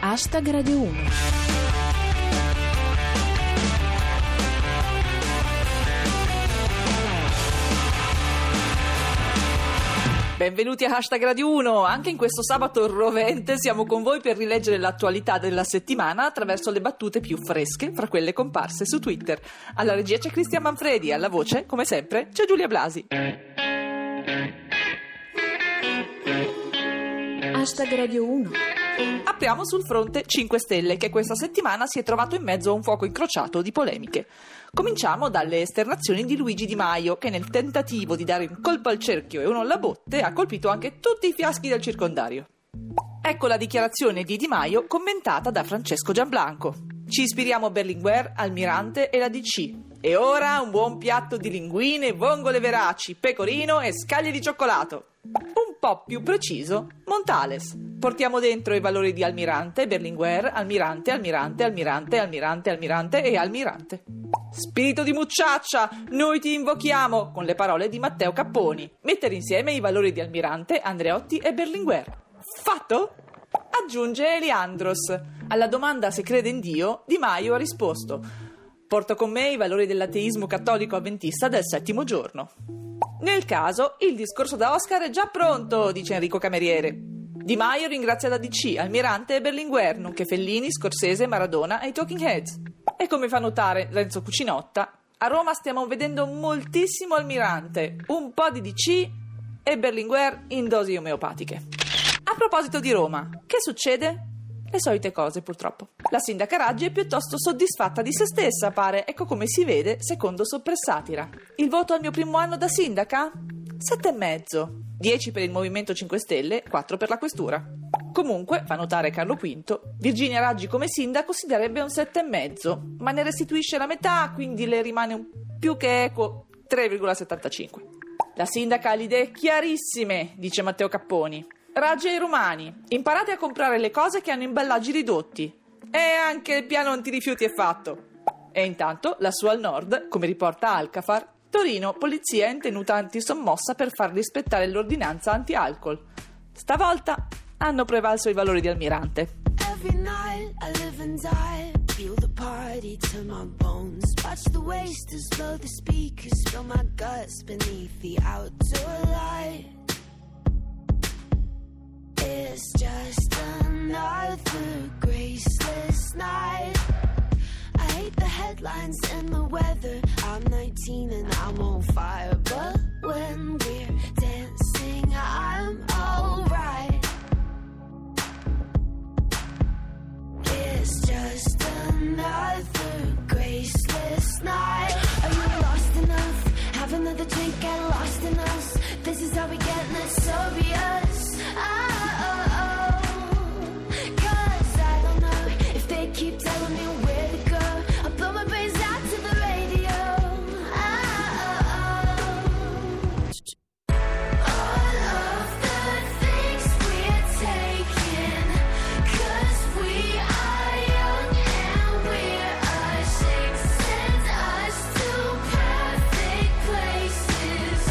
Radio 1. Benvenuti a Radio 1, anche in questo sabato rovente siamo con voi per rileggere l'attualità della settimana attraverso le battute più fresche fra quelle comparse su Twitter. Alla regia c'è Cristian Manfredi, alla voce, come sempre, c'è Giulia Blasi. Radio 1. Apriamo sul fronte 5 Stelle, che questa settimana si è trovato in mezzo a un fuoco incrociato di polemiche. Cominciamo dalle esternazioni di Luigi Di Maio, che nel tentativo di dare un colpo al cerchio e uno alla botte ha colpito anche tutti i fiaschi del circondario. Ecco la dichiarazione di Di Maio commentata da Francesco Gianblanco. Ci ispiriamo a Berlinguer, Almirante e la DC. E ora un buon piatto di linguine, vongole veraci, pecorino e scaglie di cioccolato. Un po' più preciso, Montales. Portiamo dentro i valori di Almirante, Berlinguer, Almirante, Almirante, Almirante, Almirante, Almirante e Almirante. Spirito di mucciaccia, noi ti invochiamo, con le parole di Matteo Capponi. Mettere insieme i valori di Almirante, Andreotti e Berlinguer. Fatto? Aggiunge Eliandros. Alla domanda se crede in Dio, Di Maio ha risposto: porto con me i valori dell'ateismo cattolico avventista del 7° giorno. Nel caso, il discorso da Oscar è già pronto, dice Enrico Cameriere. Di Maio ringrazia la DC, Almirante e Berlinguer, nonché Fellini, Scorsese, Maradona e i Talking Heads. E come fa notare Renzo Cucinotta, a Roma stiamo vedendo moltissimo Almirante, un po' di DC e Berlinguer in dosi omeopatiche. A proposito di Roma, che succede? Le solite cose, purtroppo. La sindaca Raggi è piuttosto soddisfatta di se stessa, pare. Ecco come si vede, secondo Soppressatira. Il voto al mio primo anno da sindaca? 7,5. 10 per il Movimento 5 Stelle, 4 per la Questura. Comunque, fa notare Carlo V, Virginia Raggi come sindaco si darebbe un 7,5, ma ne restituisce la metà, quindi le rimane un più che equo 3,75. La sindaca ha le idee chiarissime, dice Matteo Capponi. Raggi ai romani, imparate a comprare le cose che hanno imballaggi ridotti. E anche il piano antirifiuti è fatto. E intanto, lassù al nord, come riporta Alcafar, Torino, polizia in tenuta antisommossa per far rispettare l'ordinanza anti-alcol. Stavolta hanno prevalso i valori di Almirante. Every night I live and die, feel the party to my bones. Watch the wasters blow the speakers, feel my guts beneath the outdoor light. It's just another graceless night. I hate the headlines and the weather. I'm 19 and I'm on fire, but when we're dancing, I'm alright. It's just another graceless night. Are you lost enough? Have another drink, get lost in us. This is how we get notorious. Keep telling me where to go. I'll blow my brains out to the radio. All of the things we're taking, 'cause we are young and we're ashamed. Send us to perfect places.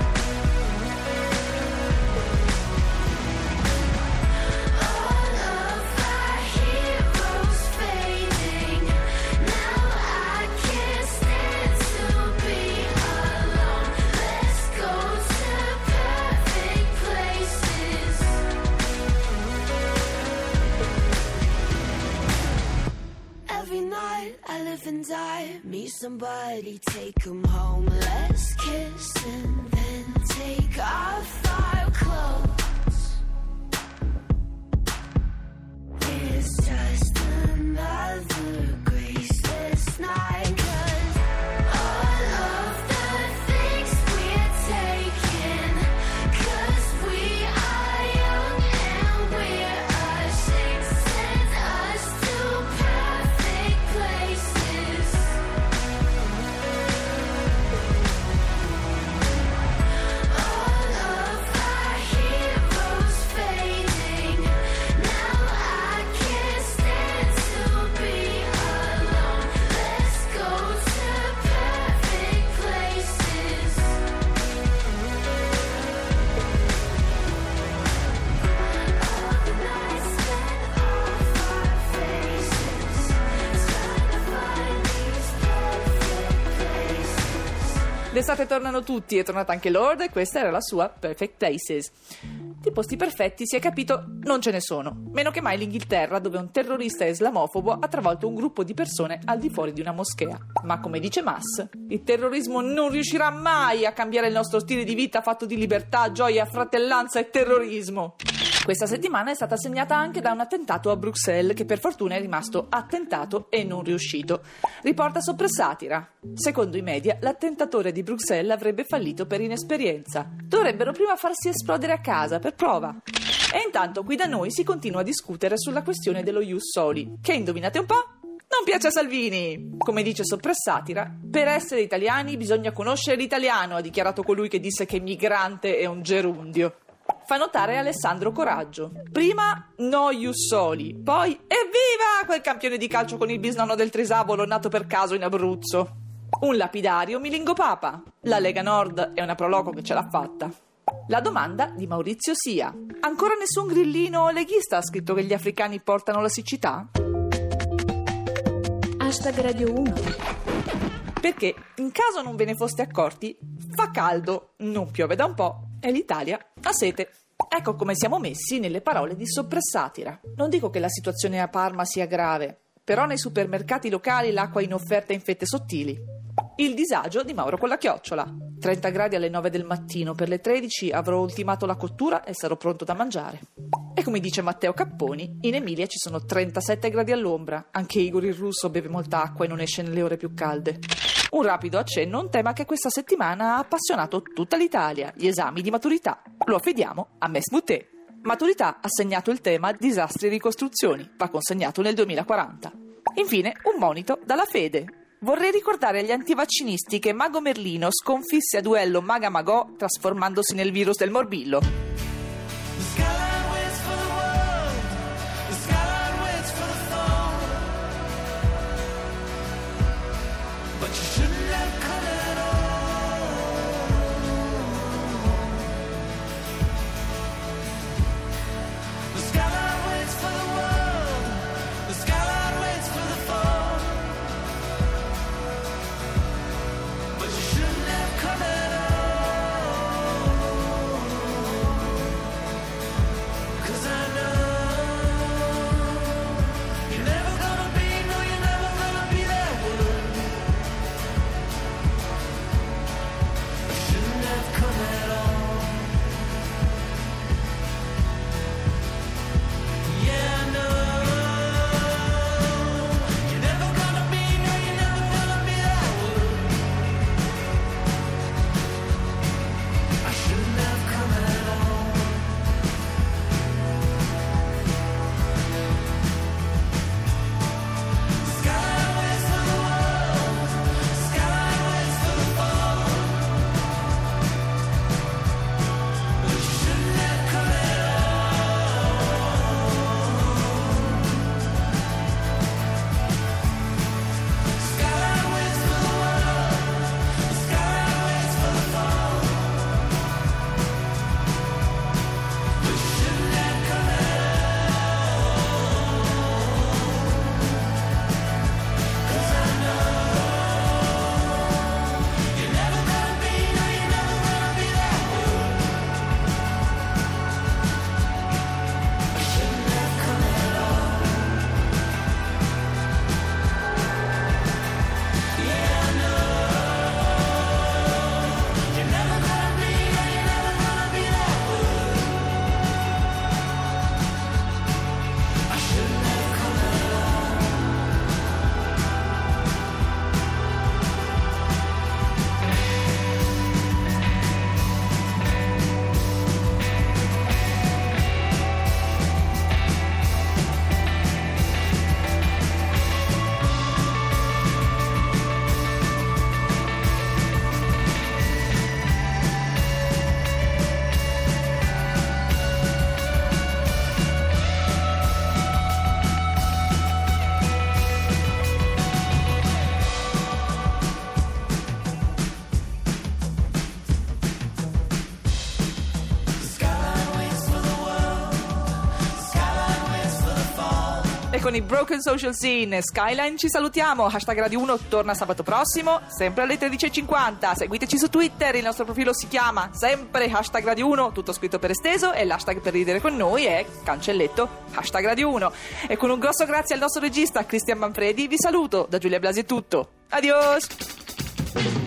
All of our heroes fading. Now I can't stand to be alone. Let's go to perfect places. Every night I live and die. Meet somebody, take 'em home. Let's kiss and then take off our clothes. It's just another graceless night. 'Cause all of the things we're taking, 'cause we are young and we're ashamed. Send us to perfect places. All of our heroes D'estate tornano tutti, è tornata anche Lord e questa era la sua Perfect Places. Di posti perfetti, si è capito, non ce ne sono. Meno che mai l'Inghilterra, dove un terrorista islamofobo ha travolto un gruppo di persone al di fuori di una moschea. Ma come dice Mas, il terrorismo non riuscirà mai a cambiare il nostro stile di vita fatto di libertà, gioia, fratellanza e terrorismo. Questa settimana è stata segnata anche da un attentato a Bruxelles che per fortuna è rimasto attentato e non riuscito. Riporta Soppressatira. Secondo i media, l'attentatore di Bruxelles avrebbe fallito per inesperienza. Dovrebbero prima farsi esplodere a casa per prova. E intanto qui da noi si continua a discutere sulla questione dello Ius Soli, che indovinate un po'? Non piace a Salvini. Come dice Soppressatira, per essere italiani bisogna conoscere l'italiano, ha dichiarato colui che disse che migrante è un gerundio. Fa notare Alessandro Coraggio. Prima no Ius Soli, poi evviva quel campione di calcio con il bisnonno del Trisavolo nato per caso in Abruzzo. Un lapidario Milingo Papa. La Lega Nord è una proloco che ce l'ha fatta. La domanda di Maurizio Sia. Ancora nessun grillino leghista ha scritto che gli africani portano la siccità? Radio 1. Perché, in caso non ve ne foste accorti, fa caldo, non piove da un po' e l'Italia ha sete. Ecco come siamo messi nelle parole di Soppressatira. Non dico che la situazione a Parma sia grave, però nei supermercati locali l'acqua è in offerta in fette sottili. Il disagio di Mauro con la chiocciola. 30 gradi alle 9 del mattino, per le 13 avrò ultimato la cottura e sarò pronto da mangiare. E come dice Matteo Capponi, in Emilia ci sono 37 gradi all'ombra, anche Igor il russo beve molta acqua e non esce nelle ore più calde. Un rapido accenno, un tema che questa settimana ha appassionato tutta l'Italia, gli esami di maturità. Lo affidiamo a Mess Moutet. Maturità ha segnato il tema disastri e ricostruzioni, va consegnato nel 2040. Infine, un monito dalla fede. Vorrei ricordare agli antivaccinisti che Mago Merlino sconfisse a duello Maga Magò trasformandosi nel virus del morbillo. E con i Broken Social Scene Skyline ci salutiamo. Hashtag Radio 1 torna sabato prossimo, sempre alle 13.50. Seguiteci su Twitter, il nostro profilo si chiama sempre Hashtag Radio 1, tutto scritto per esteso, e l'hashtag per ridere con noi è cancelletto Hashtag Radio 1. E con un grosso grazie al nostro regista Cristian Manfredi vi saluto. Da Giulia Blasi è tutto. Adios!